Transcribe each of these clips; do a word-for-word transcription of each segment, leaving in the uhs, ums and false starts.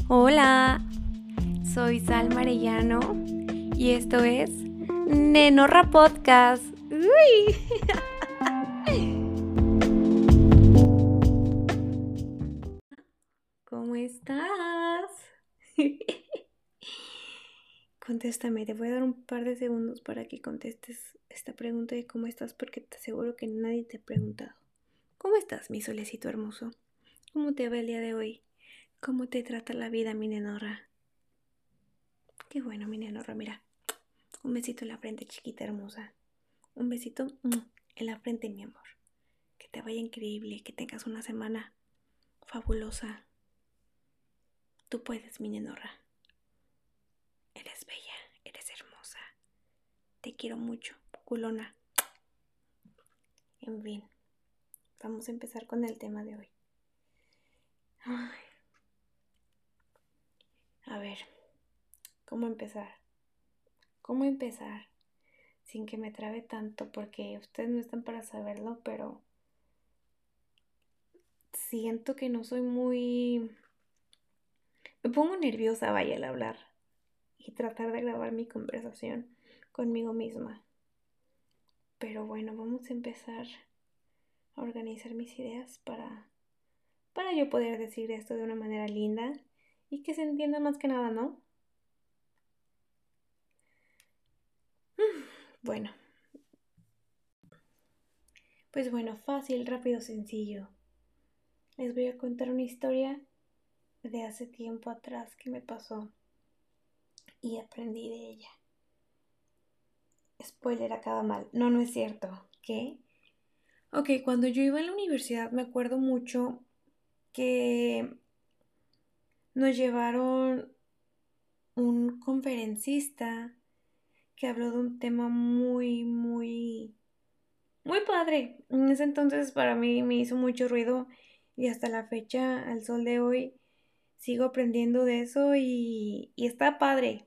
Hola, soy Sal Marellano y esto es Nenorra Podcast. Uy. ¿Cómo estás? Contéstame, te voy a dar un par de segundos para que contestes esta pregunta de cómo estás, porque te aseguro que nadie te ha preguntado. ¿Cómo estás, mi solecito hermoso? ¿Cómo te va el día de hoy? ¿Cómo te trata la vida, mi nenorra? Qué bueno, mi nenorra, mira. Un besito en la frente, chiquita hermosa. Un besito en la frente, mi amor. Que te vaya increíble, que tengas una semana fabulosa. Tú puedes, mi nenorra. Eres bella, eres hermosa. Te quiero mucho, culona. En fin, vamos a empezar con el tema de hoy. Ay. A ver, ¿cómo empezar? ¿Cómo empezar sin que me trabe tanto? Porque ustedes no están para saberlo, pero siento que no soy muy... Me pongo nerviosa, vaya, al hablar y tratar de grabar mi conversación conmigo misma. Pero bueno, vamos a empezar a organizar mis ideas para, para yo poder decir esto de una manera linda y que se entienda más que nada, ¿no? Bueno, pues bueno, fácil, rápido, sencillo. Les voy a contar una historia de hace tiempo atrás que me pasó y aprendí de ella. Spoiler, acaba mal. No, no es cierto. ¿Qué? Ok, cuando yo iba a la universidad me acuerdo mucho que nos llevaron un conferencista que habló de un tema muy, muy, muy padre. En ese entonces para mí me hizo mucho ruido y hasta la fecha, al sol de hoy, sigo aprendiendo de eso y, y está padre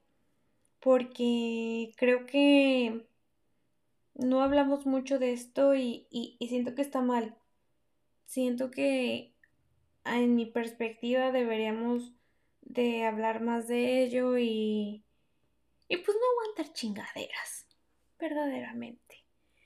porque creo que no hablamos mucho de esto y, y, y siento que está mal. Siento que en mi perspectiva deberíamos de hablar más de ello y, y pues no aguantar chingaderas, verdaderamente.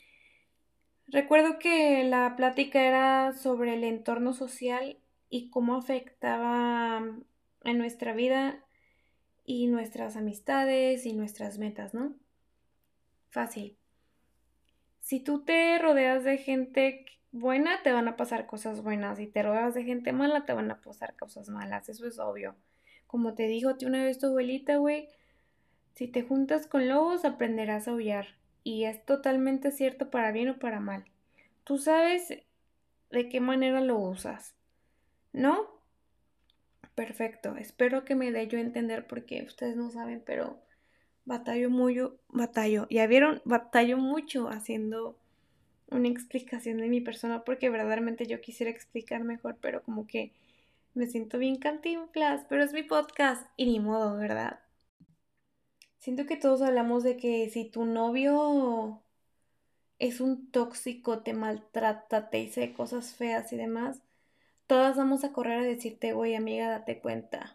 Recuerdo que la plática era sobre el entorno social y cómo afectaba en nuestra vida y nuestras amistades y nuestras metas, ¿no? Fácil. Si tú te rodeas de gente buena, te van a pasar cosas buenas. Si te rodeas de gente mala, te van a pasar cosas malas. Eso es obvio. Como te dijo a ti una vez tu abuelita, güey, si te juntas con lobos, aprenderás a aullar. Y es totalmente cierto para bien o para mal. Tú sabes de qué manera lo usas, ¿no? Perfecto. Espero que me dé yo a entender porque ustedes no saben, pero batallo mucho, batallo. ¿Ya vieron? Batallo mucho haciendo una explicación de mi persona porque verdaderamente yo quisiera explicar mejor, pero como que me siento bien cantinflas, pero es mi podcast y ni modo, ¿verdad? Siento que todos hablamos de que si tu novio es un tóxico, te maltrata, te dice cosas feas y demás, todas vamos a correr a decirte, güey, amiga, date cuenta.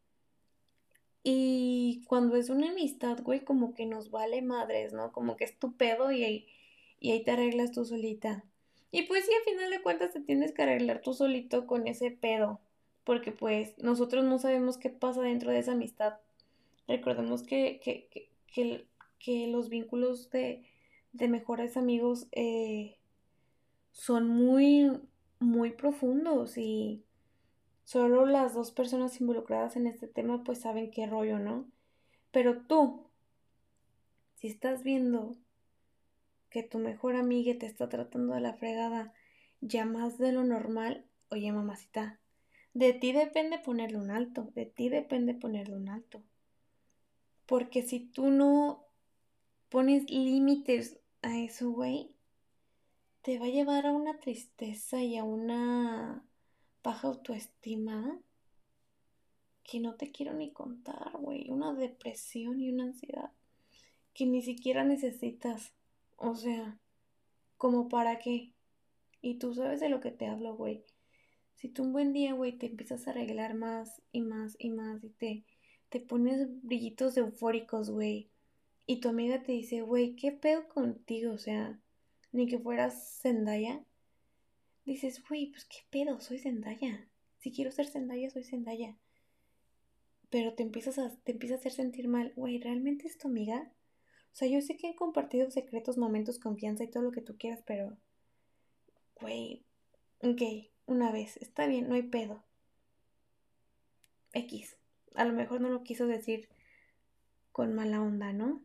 Y cuando es una amistad, güey, como que nos vale madres, ¿no? Como que es tu pedo y ahí, y ahí te arreglas tú solita. Y pues sí, a final de cuentas te tienes que arreglar tú solito con ese pedo. Porque pues nosotros no sabemos qué pasa dentro de esa amistad. Recordemos que, que, que, que, que los vínculos de, de mejores amigos eh, son muy, muy profundos y solo las dos personas involucradas en este tema pues saben qué rollo, ¿no? Pero tú, si estás viendo que tu mejor amiga te está tratando de la fregada ya más de lo normal, oye mamacita, de ti depende ponerle un alto, de ti depende ponerle un alto. Porque si tú no pones límites a eso, güey, te va a llevar a una tristeza y a una baja autoestima que no te quiero ni contar, güey. Una depresión y una ansiedad que ni siquiera necesitas. O sea, ¿como para qué? Y tú sabes de lo que te hablo, güey. Si tú un buen día, güey, te empiezas a arreglar más y más y más y te, te pones brillitos eufóricos, güey, y tu amiga te dice, güey, ¿qué pedo contigo? O sea, ni que fueras Zendaya. Dices, güey, pues qué pedo, soy Zendaya. Si quiero ser Zendaya, soy Zendaya. Pero te empiezas a, te empieza a hacer sentir mal. Güey, ¿realmente es tu amiga? O sea, yo sé que han compartido secretos, momentos, confianza y todo lo que tú quieras, pero, güey, ok, una vez, está bien, no hay pedo. X. A lo mejor no lo quiso decir con mala onda, ¿no?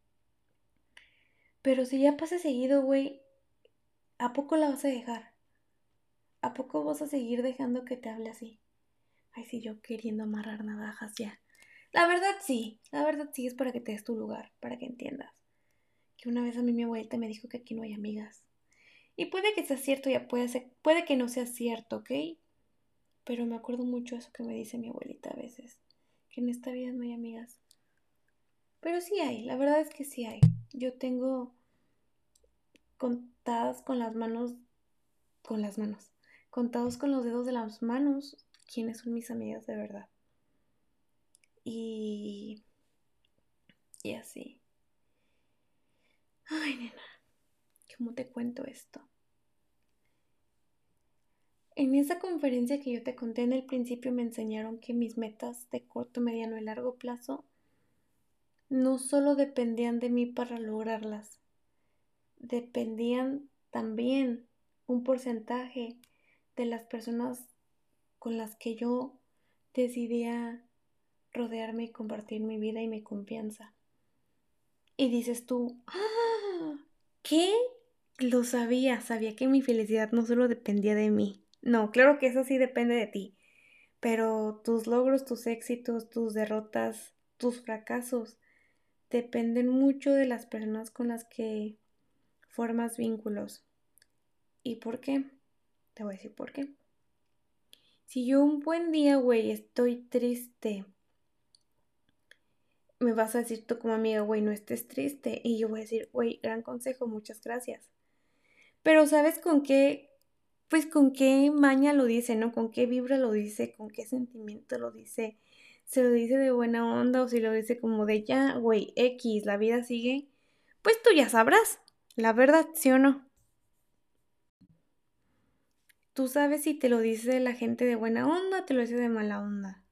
Pero si ya pasa seguido, güey, ¿a poco la vas a dejar? ¿A poco vas a seguir dejando que te hable así? Ay, sí, yo queriendo amarrar navajas ya. La verdad sí, la verdad sí es para que te des tu lugar, para que entiendas. Que una vez a mí mi abuelita me dijo que aquí no hay amigas. Y puede que sea cierto, ya puede ser, puede que no sea cierto, ¿ok? Pero me acuerdo mucho eso que me dice mi abuelita a veces, que en esta vida no hay amigas. Pero sí hay, la verdad es que sí hay. Yo tengo contadas con las manos, con las manos, contados con los dedos de las manos, quiénes son mis amigas de verdad. Y, y así. Ay, nena, ¿cómo te cuento esto? En esa conferencia que yo te conté en el principio me enseñaron que mis metas de corto, mediano y largo plazo no solo dependían de mí para lograrlas, dependían también un porcentaje de las personas con las que yo decidía rodearme y compartir mi vida y mi confianza. Y dices tú, ¡ah! ¿Qué? Lo sabía, sabía que mi felicidad no solo dependía de mí. No, claro que eso sí depende de ti, pero tus logros, tus éxitos, tus derrotas, tus fracasos dependen mucho de las personas con las que formas vínculos. ¿Y por qué? Te voy a decir por qué. Si yo un buen día, güey, estoy triste, me vas a decir tú como amiga, güey, no estés triste. Y yo voy a decir, güey, gran consejo, muchas gracias. Pero ¿sabes con qué? Pues con qué maña lo dice, ¿no? Con qué vibra lo dice, con qué sentimiento lo dice. Se lo dice de buena onda o si lo dice como de ya, güey, X, la vida sigue. Pues tú ya sabrás, la verdad, ¿sí o no? Tú sabes si te lo dice la gente de buena onda o te lo dice de mala onda.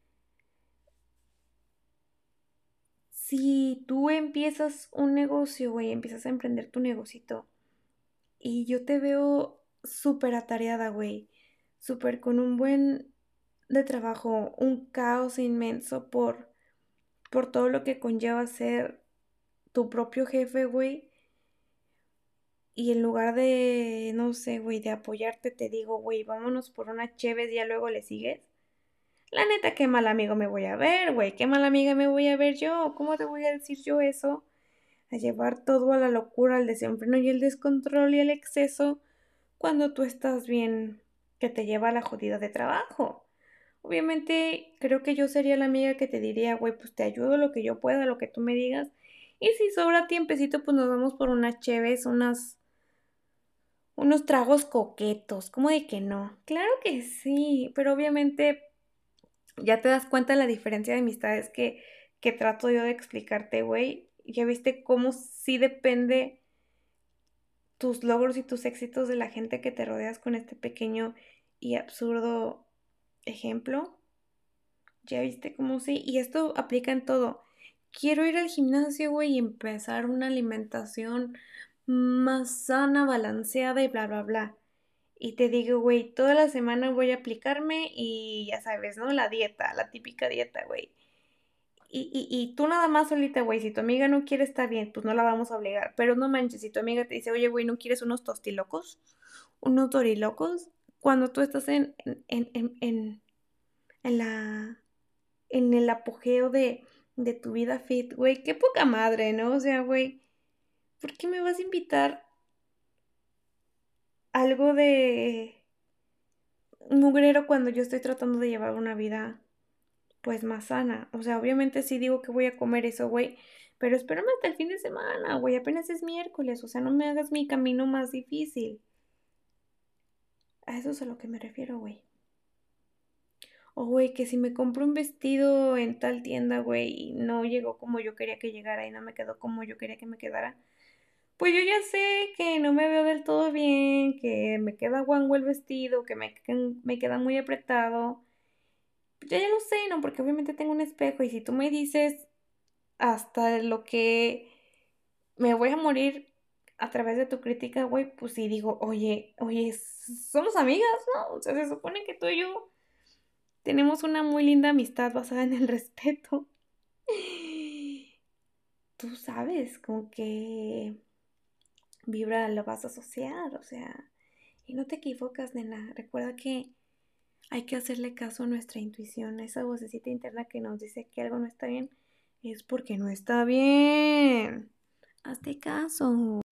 Si tú empiezas un negocio, güey, empiezas a emprender tu negocito y yo te veo súper atareada, güey, súper con un buen de trabajo, un caos inmenso por, por todo lo que conlleva ser tu propio jefe, güey. Y en lugar de, no sé, güey, de apoyarte, te digo, güey, vámonos por una chévere y ya luego le sigues. La neta, qué mal amigo me voy a ver, güey, qué mala amiga me voy a ver yo. ¿Cómo te voy a decir yo eso? A llevar todo a la locura, al desenfreno y el descontrol y el exceso cuando tú estás bien, que te lleva a la jodida de trabajo. Obviamente, creo que yo sería la amiga que te diría, güey, pues te ayudo lo que yo pueda, lo que tú me digas. Y si sobra tiempecito, pues nos vamos por unas cheves, unas, unos tragos coquetos. ¿Cómo de que no? Claro que sí, pero obviamente ya te das cuenta de la diferencia de amistades que, que trato yo de explicarte, güey. Ya viste cómo sí depende tus logros y tus éxitos de la gente que te rodeas con este pequeño y absurdo ejemplo. Ya viste cómo sí. Y esto aplica en todo. Quiero ir al gimnasio, güey, y empezar una alimentación más sana, balanceada y bla, bla, bla. Y te digo, güey, toda la semana voy a aplicarme y ya sabes, ¿no? La dieta, la típica dieta, güey. Y, y, y tú nada más solita, güey, si tu amiga no quiere estar bien, pues no la vamos a obligar. Pero no manches, si tu amiga te dice, oye, güey, ¿no quieres unos tostilocos? ¿Unos dorilocos? Cuando tú estás en, en, en, en, en en la, en el apogeo de, de tu vida fit, güey, qué poca madre, ¿no? O sea, güey, ¿por qué me vas a invitar algo de mugrero cuando yo estoy tratando de llevar una vida pues más sana? O sea, obviamente sí digo que voy a comer eso, güey, pero espérame hasta el fin de semana, güey, apenas es miércoles, o sea, no me hagas mi camino más difícil. A eso es a lo que me refiero, güey. O, güey, que si me compro un vestido en tal tienda, güey, y no llegó como yo quería que llegara y no me quedó como yo quería que me quedara, pues yo ya sé que no me veo del todo bien, que me queda guango el vestido, que me, que me queda muy apretado. Yo ya lo sé, ¿no? Porque obviamente tengo un espejo y si tú me dices hasta lo que me voy a morir a través de tu crítica, güey, pues sí digo, oye, oye, somos amigas, ¿no? O sea, se supone que tú y yo tenemos una muy linda amistad basada en el respeto. Tú sabes con qué vibra lo vas a asociar, o sea, y no te equivocas, nena. Recuerda que hay que hacerle caso a nuestra intuición, a esa vocecita interna que nos dice que algo no está bien, es porque no está bien. Hazte caso.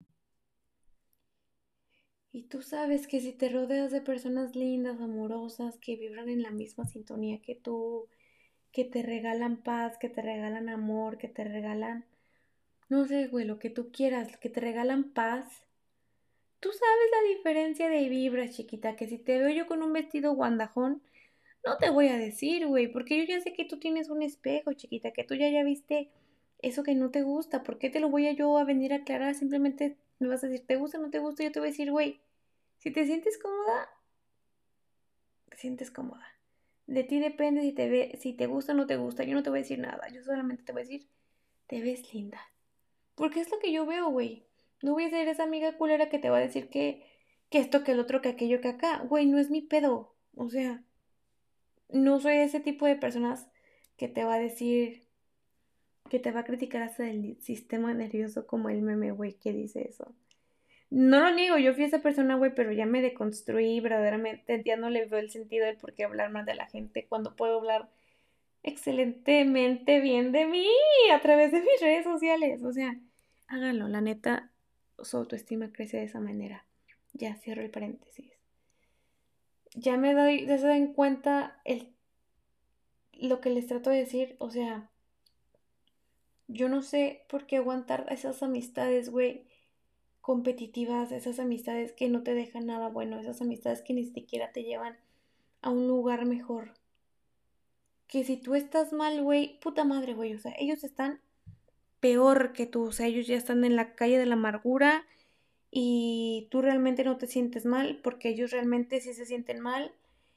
Y tú sabes que si te rodeas de personas lindas, amorosas, que vibran en la misma sintonía que tú, que te regalan paz, que te regalan amor, que te regalan, no sé, güey, lo que tú quieras, que te regalan paz. Tú sabes la diferencia de vibras, chiquita, que si te veo yo con un vestido guandajón, no te voy a decir, güey, porque yo ya sé que tú tienes un espejo, chiquita, que tú ya ya viste eso que no te gusta. ¿Por qué te lo voy a yo a venir a aclarar? Simplemente me vas a decir, ¿te gusta o no te gusta? Yo te voy a decir, güey, si te sientes cómoda, te sientes cómoda. De ti depende si te ve, si te gusta o no te gusta. Yo no te voy a decir nada. Yo solamente te voy a decir, te ves linda. Porque es lo que yo veo, güey. No voy a ser esa amiga culera que te va a decir que, que esto, que el otro, que aquello, que acá. Güey, no es mi pedo. O sea, no soy ese tipo de personas que te va a decir, que te va a criticar hasta el sistema nervioso como el meme, güey, que dice eso. No lo niego, yo fui esa persona, güey, pero ya me deconstruí, verdaderamente, ya no le veo el sentido del por qué hablar mal de la gente cuando puedo hablar excelentemente bien de mí a través de mis redes sociales. O sea, háganlo, la neta, su autoestima crece de esa manera. Ya cierro el paréntesis. Ya me doy, ya se dan cuenta el, lo que les trato de decir, o sea, yo no sé por qué aguantar esas amistades, güey, competitivas, esas amistades que no te dejan nada bueno, esas amistades que ni siquiera te llevan a un lugar mejor. Que si tú estás mal, güey, puta madre, güey, o sea, ellos están peor que tú, o sea, ellos ya están en la calle de la amargura y tú realmente no te sientes mal porque ellos realmente sí se sienten mal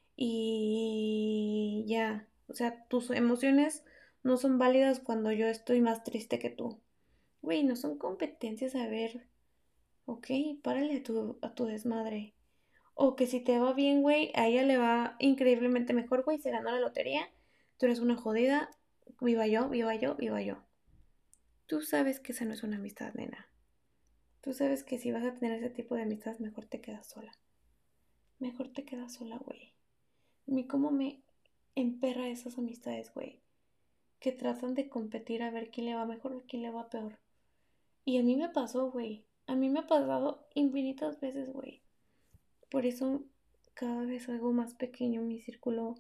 y ya, o sea, tus emociones no son válidas cuando yo estoy más triste que tú. Güey, no son competencias, a ver, ok, párale a tu, a tu desmadre. O que si te va bien, güey, a ella le va increíblemente mejor, güey, se ganó la lotería, tú eres una jodida, viva yo, viva yo, viva yo. Tú sabes que esa no es una amistad, nena. Tú sabes que si vas a tener ese tipo de amistad, mejor te quedas sola. Mejor te quedas sola, güey. A mí cómo me emperra esas amistades, güey. Que tratan de competir a ver quién le va mejor o quién le va peor. Y a mí me pasó, güey. A mí me ha pasado infinitas veces, güey. Por eso cada vez hago más pequeño mi círculo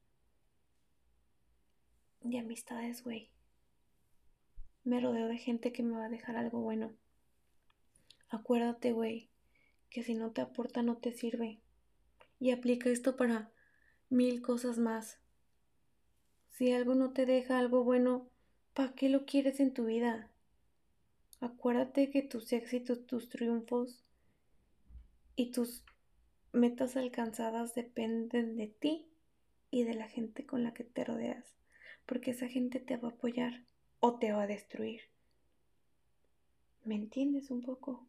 de amistades, güey. Me rodeo de gente que me va a dejar algo bueno. Acuérdate, güey, que si no te aporta no te sirve. Y aplica esto para mil cosas más. Si algo no te deja algo bueno, ¿para qué lo quieres en tu vida? Acuérdate que tus éxitos, tus triunfos y tus metas alcanzadas dependen de ti y de la gente con la que te rodeas, porque esa gente te va a apoyar o te va a destruir. ¿Me entiendes un poco?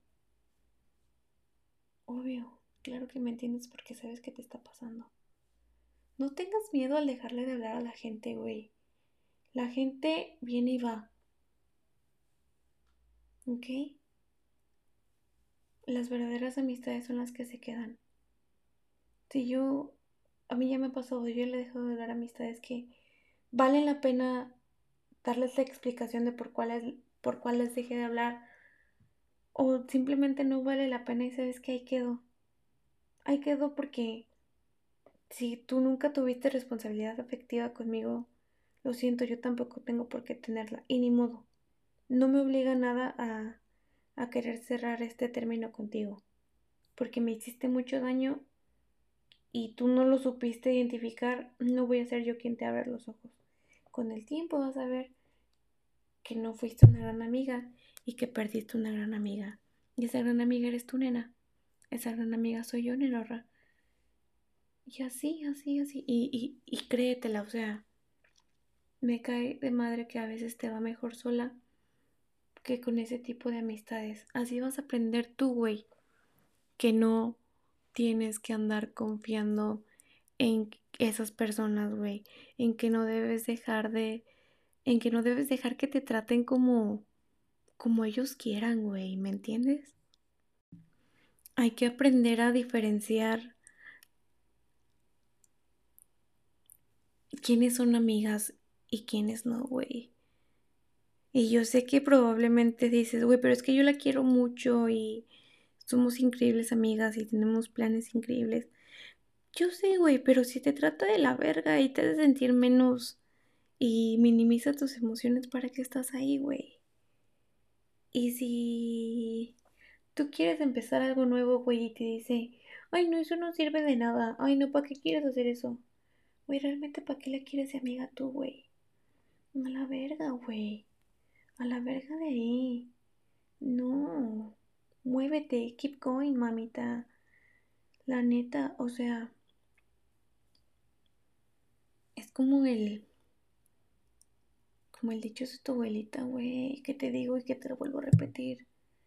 Obvio, claro que me entiendes porque sabes qué te está pasando. No tengas miedo al dejarle de hablar a la gente, güey. La gente viene y va, ¿ok? Las verdaderas amistades son las que se quedan. Si yo, a mí ya me ha pasado, yo le he dejado de dar amistades que valen la pena darles la explicación de por cuáles por cuál les dejé de hablar o simplemente no vale la pena y sabes que ahí quedó. Ahí quedó porque si tú nunca tuviste responsabilidad afectiva conmigo, lo siento, yo tampoco tengo por qué tenerla y ni modo. No me obliga nada a, a querer cerrar este término contigo porque me hiciste mucho daño y tú no lo supiste identificar, no voy a ser yo quien te abra los ojos. Con el tiempo vas a ver que no fuiste una gran amiga y que perdiste una gran amiga. Y esa gran amiga eres tú, nena. Esa gran amiga soy yo, Nenorra. Y así, así, así. Y, y, y créetela, o sea, me cae de madre que a veces te va mejor sola que con ese tipo de amistades. Así vas a aprender tú, güey, que no tienes que andar confiando en esas personas, güey. En que no debes dejar de... En que no debes dejar que te traten como... como ellos quieran, güey, ¿me entiendes? Hay que aprender a diferenciar quiénes son amigas y quiénes no, güey. Y yo sé que probablemente dices, güey, pero es que yo la quiero mucho y somos increíbles amigas y tenemos planes increíbles. Yo sé, güey, pero si te trata de la verga y te hace sentir menos y minimiza tus emociones, ¿para qué estás ahí, güey? Y si tú quieres empezar algo nuevo, güey, y te dice, ay, no, eso no sirve de nada. Ay, no, ¿para qué quieres hacer eso? Güey, realmente, ¿para qué la quieres de amiga tú, güey? A la verga, güey. A la verga de ahí. No. Muévete, keep going, mamita. La neta, o sea, es como el, como el dicho de tu abuelita, güey, que te digo y que te lo vuelvo a repetir.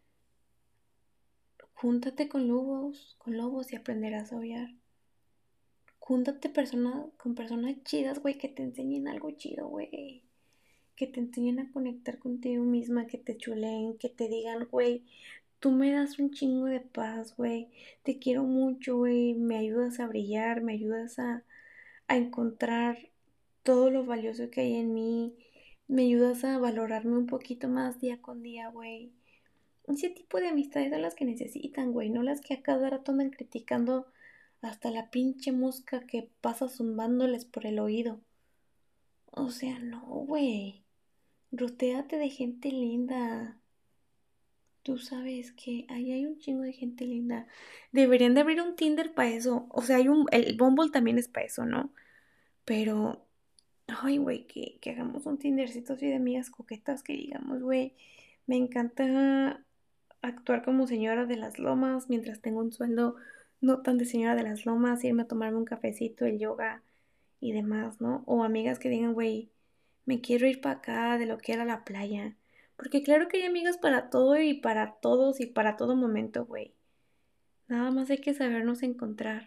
Júntate con lobos, con lobos y aprenderás a obviar. Júntate persona, con personas chidas, güey, que te enseñen algo chido, güey. Que te enseñen a conectar contigo misma, que te chuleen, que te digan, güey, tú me das un chingo de paz, güey. Te quiero mucho, güey. Me ayudas a brillar, me ayudas a, a encontrar todo lo valioso que hay en mí. Me ayudas a valorarme un poquito más día con día, güey. Ese tipo de amistades son las que necesitan, güey, no las que a cada rato andan criticando hasta la pinche mosca que pasa zumbándoles por el oído. O sea, no, güey. Rotéate de gente linda. Tú sabes que ahí hay un chingo de gente linda. Deberían de abrir un Tinder para eso. O sea, hay un... El Bumble también es para eso, ¿no? Pero... Ay, güey, que, que hagamos un Tindercito así de amigas coquetas que digamos, güey, me encanta actuar como señora de las lomas mientras tengo un sueldo no tan de señora de las lomas, irme a tomarme un cafecito, el yoga y demás, ¿no? O amigas que digan, güey, me quiero ir para acá, de lo que era la playa. Porque claro que hay amigas para todo y para todos y para todo momento, güey. Nada más hay que sabernos encontrar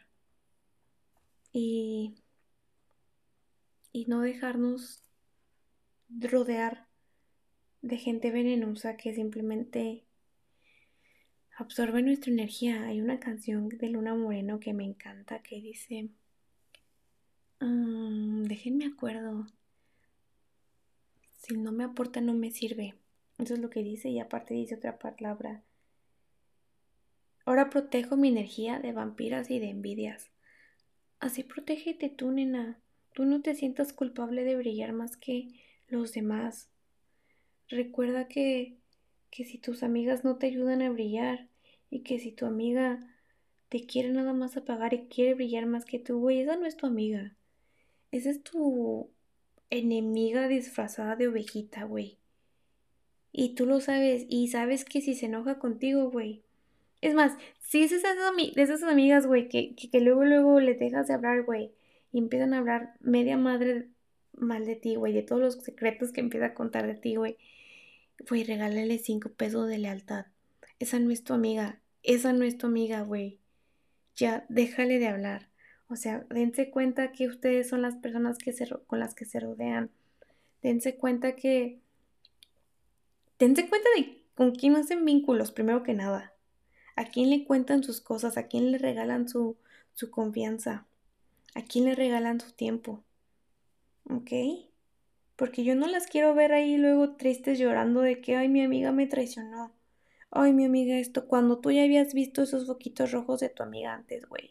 y, y no dejarnos rodear de gente venenosa que simplemente absorbe nuestra energía. Hay una canción de Luna Moreno que me encanta que dice, um, déjenme acuerdo, si no me aporta no me sirve. Eso es lo que dice y aparte dice otra palabra. Ahora protejo mi energía de vampiras y de envidias. Así protégete tú, nena. Tú no te sientas culpable de brillar más que los demás. Recuerda que, que si tus amigas no te ayudan a brillar y que si tu amiga te quiere nada más apagar y quiere brillar más que tú, güey, esa no es tu amiga. Esa es tu enemiga disfrazada de ovejita, güey. Y tú lo sabes y sabes que si se enoja contigo, güey. Es más, si es esas ami- de esas amigas, güey, que, que, que luego, luego le dejas de hablar, güey, y empiezan a hablar media madre mal de ti, güey, de todos los secretos que empieza a contar de ti, güey. Güey, regálale cinco pesos de lealtad. Esa no es tu amiga. Esa no es tu amiga, güey. Ya, déjale de hablar. O sea, dense cuenta que ustedes son las personas que se, ro- con las que se rodean. Dense cuenta que... Dense cuenta de con quién hacen vínculos, primero que nada. A quién le cuentan sus cosas, a quién le regalan su, su confianza, a quién le regalan su tiempo. ¿Ok? Porque yo no las quiero ver ahí luego tristes llorando de que, ay, mi amiga me traicionó. Ay, mi amiga esto, cuando tú ya habías visto esos foquitos rojos de tu amiga antes, güey.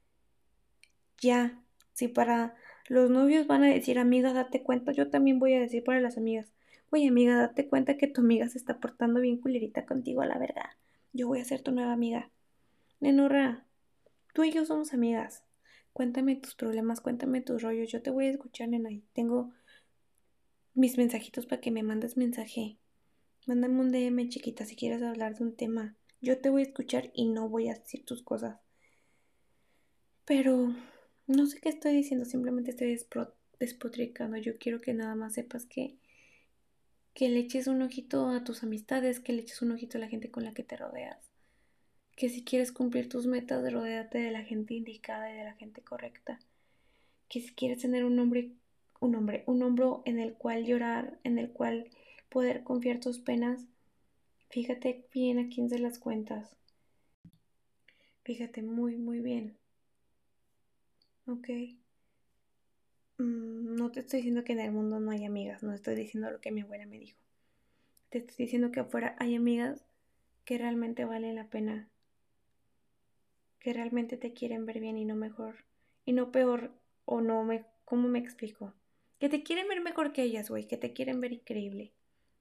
Ya, si para los novios van a decir, amiga, date cuenta, yo también voy a decir para las amigas, oye, amiga, date cuenta que tu amiga se está portando bien culerita contigo a la verga. Yo voy a ser tu nueva amiga. Nenorra, tú y yo somos amigas. Cuéntame tus problemas, cuéntame tus rollos. Yo te voy a escuchar, nena. Y tengo mis mensajitos para que me mandes mensaje. Mándame un D M, chiquita, si quieres hablar de un tema. Yo te voy a escuchar y no voy a decir tus cosas. Pero no sé qué estoy diciendo, simplemente estoy despro- despotricando. Yo quiero que nada más sepas que, que le eches un ojito a tus amistades, que le eches un ojito a la gente con la que te rodeas. Que si quieres cumplir tus metas, rodéate de la gente indicada y de la gente correcta. Que si quieres tener un hombre, un hombre, un hombro en el cual llorar, en el cual poder confiar tus penas, fíjate bien a quién se las cuentas. Fíjate muy, muy bien. ¿Ok? Mm, no te estoy diciendo que en el mundo no hay amigas, no estoy diciendo lo que mi abuela me dijo. Te estoy diciendo que afuera hay amigas que realmente valen la pena, que realmente te quieren ver bien y no mejor, y no peor, o no me, ¿cómo me explico? Que te quieren ver mejor que ellas, güey, que te quieren ver increíble.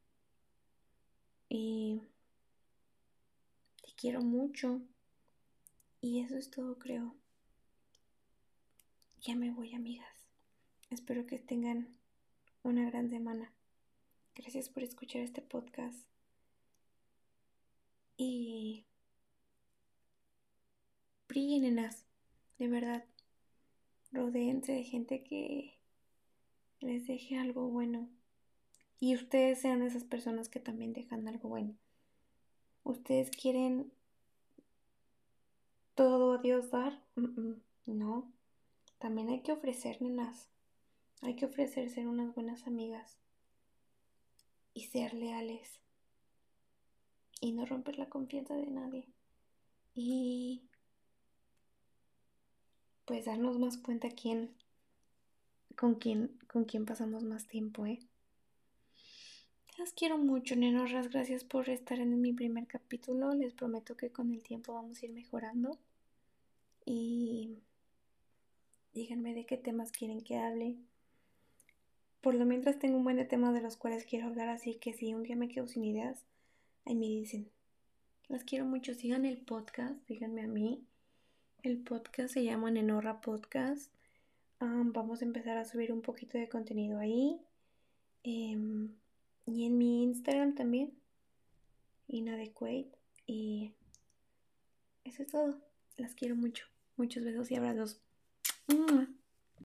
Y te quiero mucho. Y eso es todo, creo. Ya me voy, amigas. Espero que tengan una gran semana. Gracias por escuchar este podcast. Y brillen, nenas. De verdad. Rodéense de gente que les deje algo bueno. Y ustedes sean esas personas que también dejan algo bueno. Ustedes quieren todo a Dios dar. Mm-mm, no. También hay que ofrecer, nenas. Hay que ofrecer ser unas buenas amigas. Y ser leales. Y no romper la confianza de nadie. Y pues darnos más cuenta quién, con quién, con quién pasamos más tiempo, ¿eh? Las quiero mucho, nenorras. Gracias por estar en mi primer capítulo. Les prometo que con el tiempo vamos a ir mejorando. Y díganme de qué temas quieren que hable. Por lo mientras tengo un buen de temas de los cuales quiero hablar, así que si un día me quedo sin ideas, ahí me dicen. Las quiero mucho. Sigan el podcast, síganme a mí. El podcast se llama Nenorra Podcast. Um, vamos a empezar a subir un poquito de contenido ahí. Um, y en mi Instagram también. Inadequate. Y eso es todo. Las quiero mucho. Muchos besos y abrazos. ¡Mua!